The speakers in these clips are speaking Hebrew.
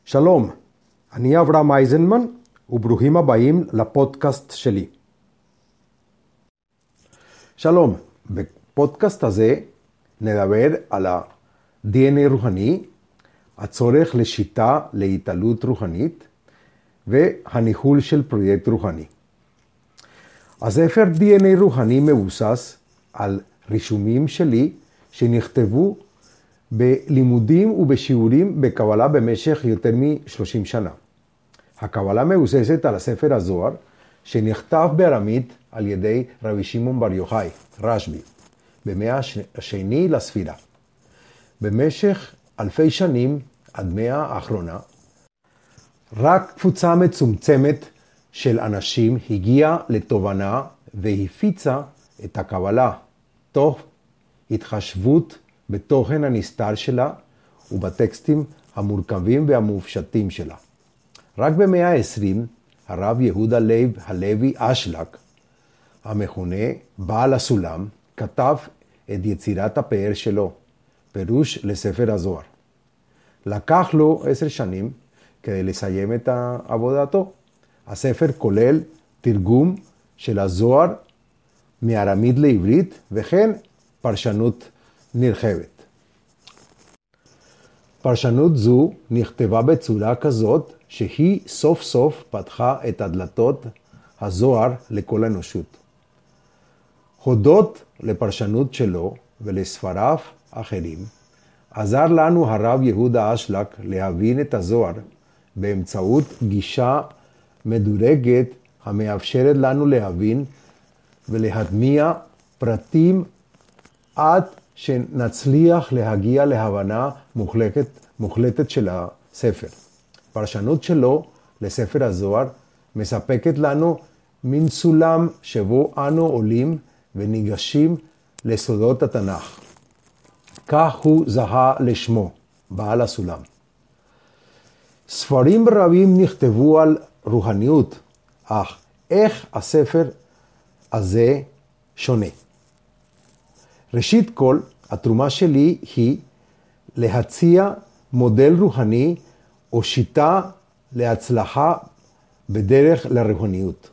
שלום, אני אברהם אייזנמן, וברוכים הבאים לפודקאסט שלי. שלום, בפודקאסט הזה נדבר על ה-DNA רוחני, הצורך לשיטה להתעלות רוחנית, והניהול של פרויקט רוחני. הספר DNA רוחני מבוסס על רישומים שלי שנכתבו בלימודים ובשיעורים בקבלה במשך יותר מ-30 שנה. הקבלה מבוססת על הספר הזוהר, שנכתב בארמית על ידי רבי שמעון בר יוחאי, רשב"י, במאה השני לספירה. במשך אלפי שנים, עד מאה האחרונה, רק קבוצה מצומצמת של אנשים הגיעה לתובנה והפיצה את הקבלה, תוך התחשבות בתוכן הנסתר שלה ובטקסטים המורכבים והמופשטים שלה. רק במאה ה-20, הרב יהודה לייב הלוי אשלג, המכונה בעל הסולם, כתב את יצירת הפאר שלו, פירוש לספר הזוהר. לקח לו 10 שנים כדי לסיים את עבודתו. הספר כולל תרגום של הזוהר מארמית לעברית, וכן פרשנות נרחבת. פרשנות זו נכתבה בצורה כזאת שהיא סוף סוף פתחה את הדלתות הזוהר לכל האנושות. הודות לפרשנות שלו ולספריו אחרים, עזר לנו הרב יהודה אשלג להבין את הזוהר באמצעות גישה מדורגת המאפשרת לנו להבין ולהטמיע פרטים עד שנצליח להגיע להבנה מוחלטת של הספר. פרשנות שלו לספר הזוהר מספקת לנו מין סולם שבו אנו עולים וניגשים לסודות התנ"ך. כך הוא זכה לשמו, בעל הסולם. ספרים רבים נכתבו על רוחניות, אך איך הספר הזה שונה? ראשית כל, התרומה שלי היא להציע מודל רוחני או שיטה להצלחה בדרך לרוחניות.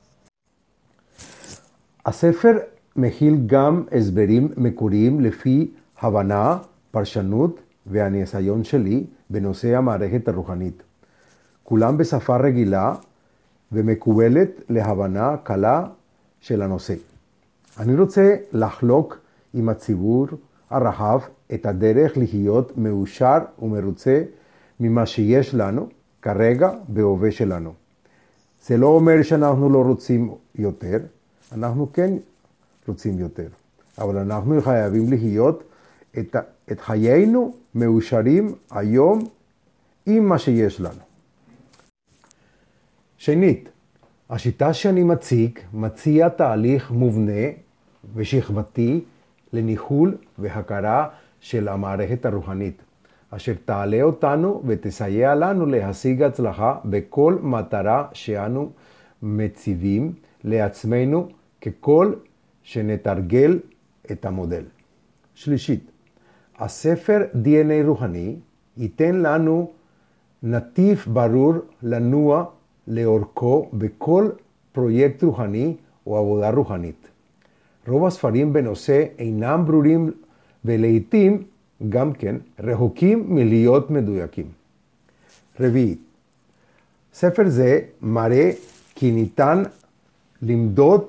הספר מכיל גם הסברים מקוריים לפי הבנה, פרשנות והניסיון שלי בנושא המערכת הרוחנית. כולם בשפה רגילה ומקובלת להבנה קלה של הנושא. אני רוצה לחלוק עם הציבור הרחב את הדרך להיות מאושר ומרוצה ממה שיש לנו כרגע בהווה שלנו. זה לא אומר שאנחנו לא רוצים יותר, אנחנו כן רוצים יותר, אבל אנחנו חייבים להיות את חיינו מאושרים היום עם מה שיש לנו. שנית, השיטה שאני מציע תהליך מובנה ושכבתי לניהול והכרה של המערכת הרוחנית, אשר תעלה אותנו ותסייע לנו להשיג הצלחה בכל מטרה שאנו מציבים לעצמנו ככל שנתרגל את המודל. שלישית, הספר DNA רוחני ייתן לנו נתיב ברור לנוע לאורכו בכל פרויקט רוחני או עבודה רוחנית. רוב הספרים בנושא אינם ברורים ולעיתים גם כן רחוקים מלהיות מדויקים. רביעית, ספר זה מראה כי ניתן למדוד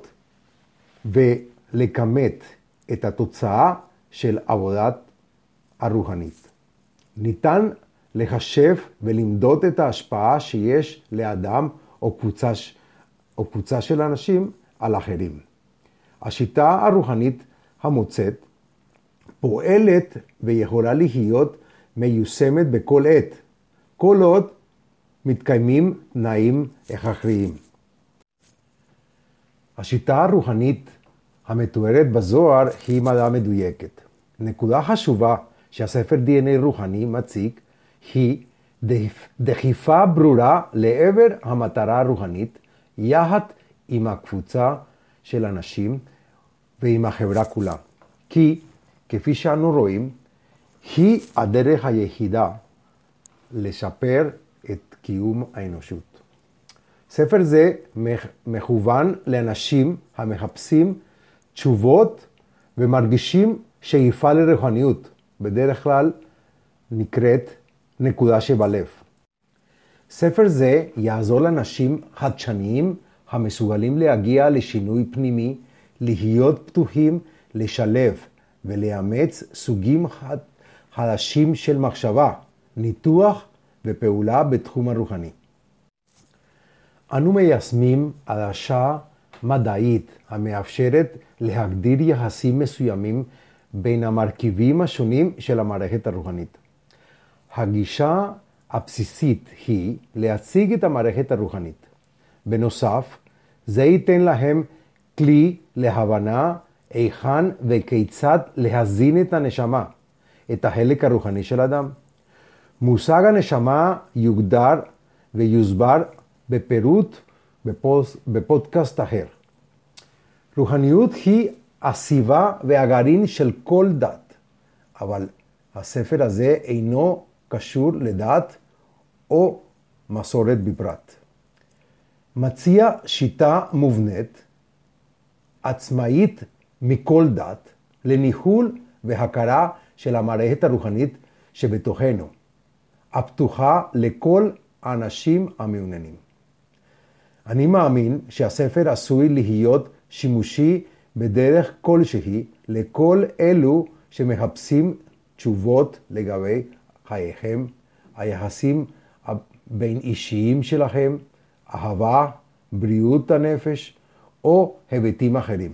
ולכמת את התוצאה של עבודת הרוחנית. ניתן לחשב ולמדוד את ההשפעה שיש לאדם או קבוצה של אנשים על אחרים. השיטה הרוחנית המוצאת פועלת ויכולה להיות מיושמת בכל עת, כל עוד מתקיימים תנאים הכרחיים. השיטה הרוחנית המתוארת בזוהר היא מדע מדויקת. נקודה חשובה שהספר DNA רוחני מציג היא דחיפה ברורה לעבר המטרה הרוחנית, יחד עם הקבוצה של אנשים ועם החברה כולה. כי, כפי שאנו רואים, היא הדרך היחידה לשפר את קיום האנושות. ספר זה מכוון לאנשים המחפשים תשובות ומרגישים שאיפה לרוחניות, בדרך כלל נקראת נקודה שבלב. ספר זה יעזור לאנשים חדשניים המסוגלים להגיע לשינוי פנימי, להיות פתוחים, לשלב ולאמץ סוגים חדשים של מחשבה, ניתוח ופעולה בתחום הרוחני. אנו מיישמים עדשה מדעית המאפשרת להגדיר יחסים מסוימים בין המרכיבים השונים של המערכת הרוחנית. הגישה הבסיסית היא להציג את המערכת הרוחנית. בנוסף, זה ייתן להם כלי להבנה היכן וכיצד להזין את הנשמה, את החלק הרוחני של אדם. מושג הנשמה יוגדר ויוסבר בפירוט בפודקאסט אחר. רוחניות היא הסיבה והגרעין של כל דת, אבל הספר הזה אינו קשור לדת או מסורת בפרט. מציע שיטה מובנית, עצמאית מכל דת, לניהול והכרה של המערכת הרוחנית שבתוכנו, הפתוחה לכל האנשים המעוניינים. אני מאמין שהספר עשוי להיות שימושי בדרך כלשהי לכל אלו שמחפשים תשובות לגבי חייכם, היחסים בין אישיים שלכם, אהבה, בריאות הנפש או היבטים אחרים.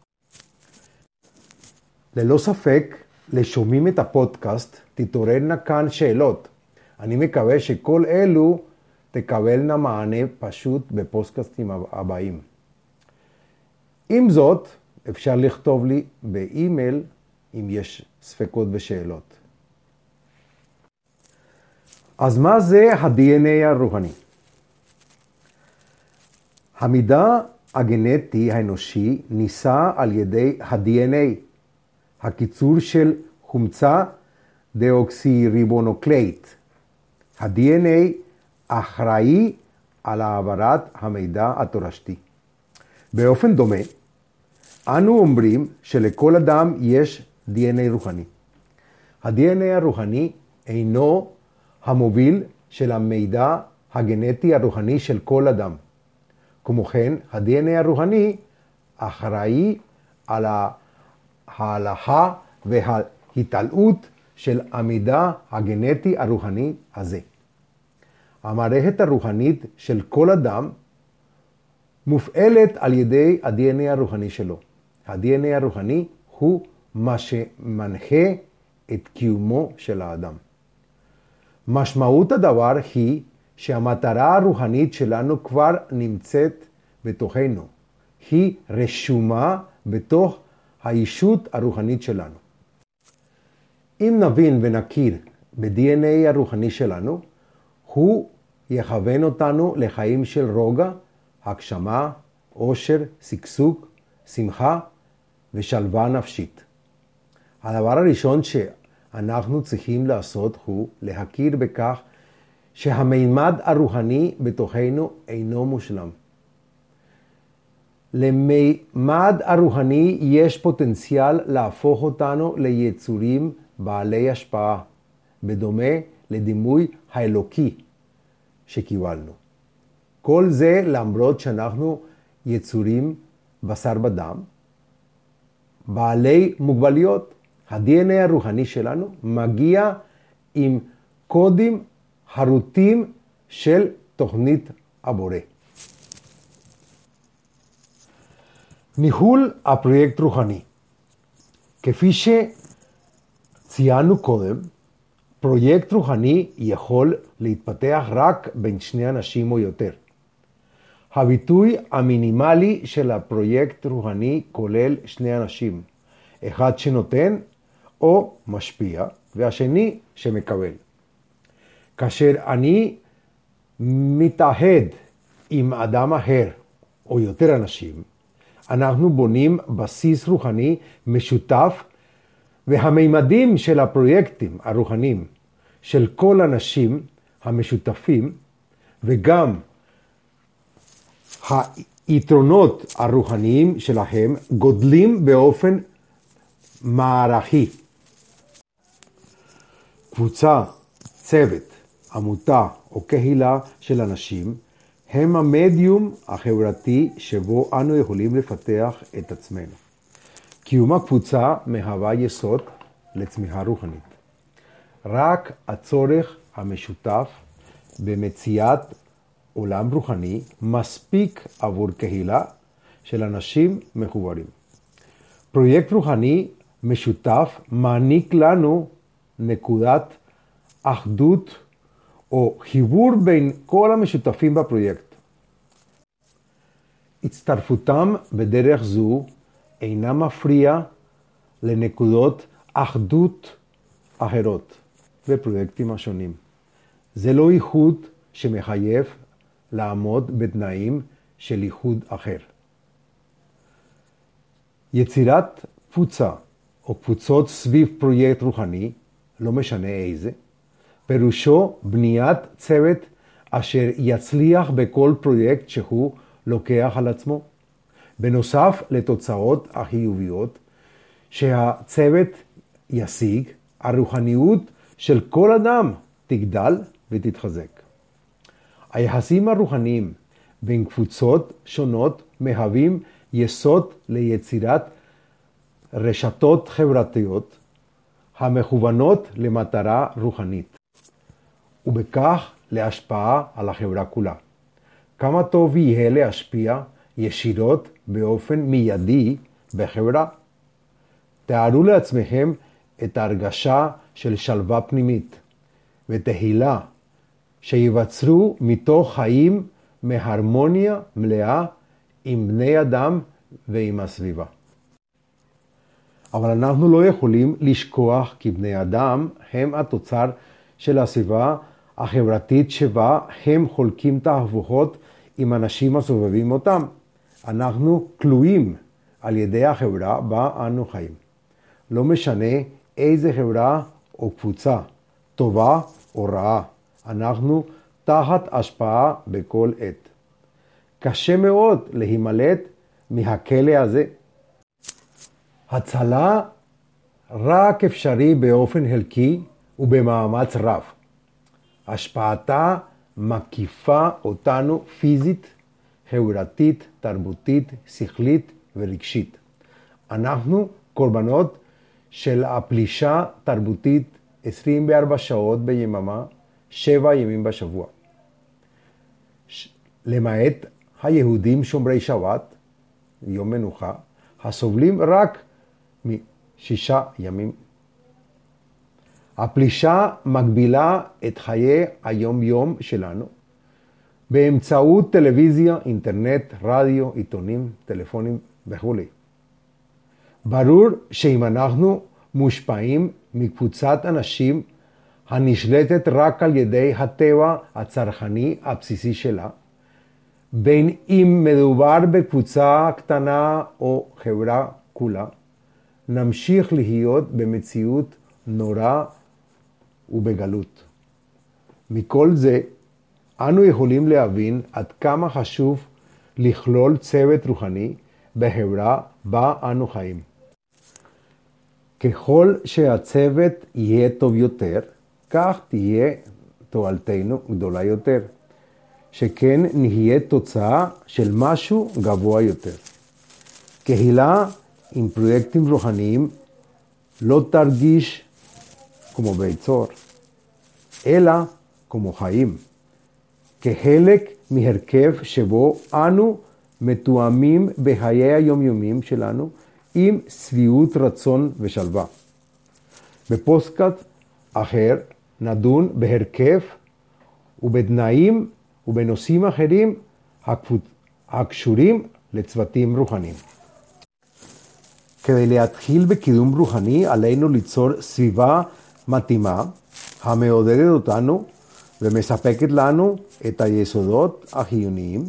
ללא ספק, לשומעים את הפודקאסט תתעוררנה כאן שאלות. אני מקווה שכל אלו תקבלנה מענה פשוט בפודקאסטים הבאים. עם זאת, אפשר לכתוב לי באימייל אם יש ספקות ושאלות. אז מה זה ה-DNA הרוחני? המידע הגנטי האנושי ניסה על ידי ה-DNA, הקיצור של חומצה דאוקסיריבונוקלאית. ה-DNA אחראי על העברת המידע התורשתי. באופן דומה, אנו אומרים שלכל אדם יש DNA רוחני. ה-DNA הרוחני אינו המוביל של המידע הגנטי הרוחני של כל אדם. כמו כן, ה-DNA הרוחני אחראי על ההלכה וההתעלות של המידע הגנטי הרוחני הזה. המערכת הרוחנית של כל אדם מופעלת על ידי ה-DNA הרוחני שלו. ה-DNA הרוחני הוא מה שמנחה את קיומו של האדם. משמעות הדבר היא שהמטרה הרוחנית שלנו כבר נמצאת בתוכנו. היא רשומה בתוך האישות הרוחנית שלנו. אם נבין ונכיר ב-DNA הרוחני שלנו, הוא יכוון אותנו לחיים של רוגע, הגשמה, עושר, שגשוג, שמחה ושלווה נפשית. הדבר הראשון שאנחנו צריכים לעשות הוא להכיר בכך שהמימד הרוחני בתוכנו אינו מושלם. למימד הרוחני יש פוטנציאל להפוך אותנו ליצורים בעלי השפעה, בדומה לדימוי האלוקי שקיבלנו. כל זה למרות שאנחנו יצורים בשר בדם, בעלי מוגבליות. ה-DNA הרוחני שלנו מגיע עם קודים חרוטים של תוכנית הבורא. ניהול הפרויקט רוחני. כפי שציינו קודם, פרויקט רוחני יכול להתפתח רק בין שני אנשים או יותר. הביטוי המינימלי של הפרויקט רוחני כולל שני אנשים, אחד שנותן או משפיע והשני שמקבל. כאשר אני מתאחד עם אדם אחר או יותר אנשים, אנחנו בונים בסיס רוחני משותף, והמימדים של הפרויקטים הרוחניים של כל אנשים המשותפים וגם היתרונות הרוחניים שלהם גודלים באופן מערכי. קבוצה, צוות, עמותה או קהילה של אנשים הם המדיום החברתי שבו אנו יכולים לפתח את עצמנו. קיום הקבוצה מהווה יסוד לצמיחה רוחנית. רק הצורך המשותף במציאת עולם רוחני מספיק עבור קהילה של אנשים מחוברים. פרויקט רוחני משותף מעניק לנו נקודת אחדות או חיבור בין כל המשותפים בפרויקט. הצטרפותם בדרך זו אינה מפריע לנקודות אחדות אחרות בפרויקטים השונים. זה לא ייחוד שמחייב לעמוד בתנאים של ייחוד אחר. יצירת קבוצה או קבוצות סביב פרויקט רוחני, לא משנה איזה, פירושו בניית צוות אשר יצליח בכל פרויקט שהוא לוקח על עצמו. בנוסף לתוצאות החיוביות שהצוות ישיג, הרוחניות של כל אדם תגדל ותתחזק. היחסים הרוחניים בין קבוצות שונות מהווים יסוד ליצירת רשתות חברתיות המכוונות למטרה רוחנית, ובכך להשפעה על החברה כולה. כמה טוב יהיה להשפיע ישירות באופן מיידי בחברה. תארו לעצמכם את ההרגשה של שלווה פנימית ותהילה שיווצרו מתוך חיים מהרמוניה מלאה עם בני אדם ועם הסביבה. אבל אנחנו לא יכולים לשכוח כי בני אדם הם התוצר של הסביבה החברתית שבה הם חולקים תהפוכות עם אנשים הסובבים אותם. אנחנו כלואים על ידי החברה בה אנו חיים. לא משנה איזה חברה או קבוצה, טובה או רעה, אנחנו תחת השפעה בכל עת. קשה מאוד להימלט מהכלא הזה. הצלה רק אפשרי באופן חלקי ובמאמץ רב. השפעתה מקיפה אותנו פיזית, חברתית, תרבותית, שכלית ורגשית. אנחנו קורבנות של הפלישה תרבותית 24 שעות ביממה, 7 ימים בשבוע. למעט היהודים שומרי שבת, יום מנוחה, הסובלים רק מ6 ימים. הפלישה מגבילה את חיי היום-יום שלנו באמצעות טלוויזיה, אינטרנט, רדיו, עיתונים, טלפונים וכו'. ברור שאם אנחנו מושפעים מקבוצת אנשים הנשלטת רק על ידי הטבע הצרכני הבסיסי שלה, בין אם מדובר בקבוצה קטנה או חברה כולה, נמשיך להיות במציאות נורא ובגלות. מכל זה, אנו יכולים להבין עד כמה חשוב לכלול צוות רוחני בחברה בה אנו חיים. ככל שהצוות יהיה טוב יותר, כך תהיה תועלתנו גדולה יותר, שכן נהיה תוצאה של משהו גבוה יותר. קהילה עם פרויקטים רוחניים לא תרגיש כמו בית סוהר, אלא כמו חיים, כחלק מהרכב שבו אנו מתואמים בחיי היומיומיים שלנו עם שביעות רצון ושלווה. בפודקאסט אחר נדון בהרכב ובתנאים ובנושאים אחרים הקשורים לצוותים רוחניים. כדי להתחיל בקידום רוחני עלינו ליצור סביבה מתאימה המעודדת אותנו ומספקת לנו את היסודות החיוניים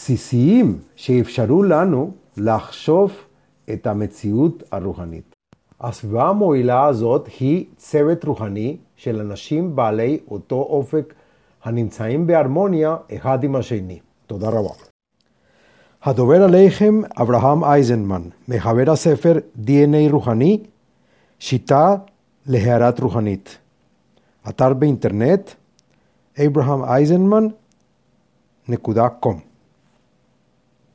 והבסיסיים שאפשרו לנו לחשוב את המציאות הרוחנית. הסביבה המועילה הזאת היא צוות רוחני של אנשים בעלי אותו אופק הנמצאים בהרמוניה אחד עם השני. תודה רבה. הדובר עליכם אברהם אייזנמן, מחבר הספר DNA רוחני, שיטה להארת רוחנית. אתר באינטרנט abrahameisenman.com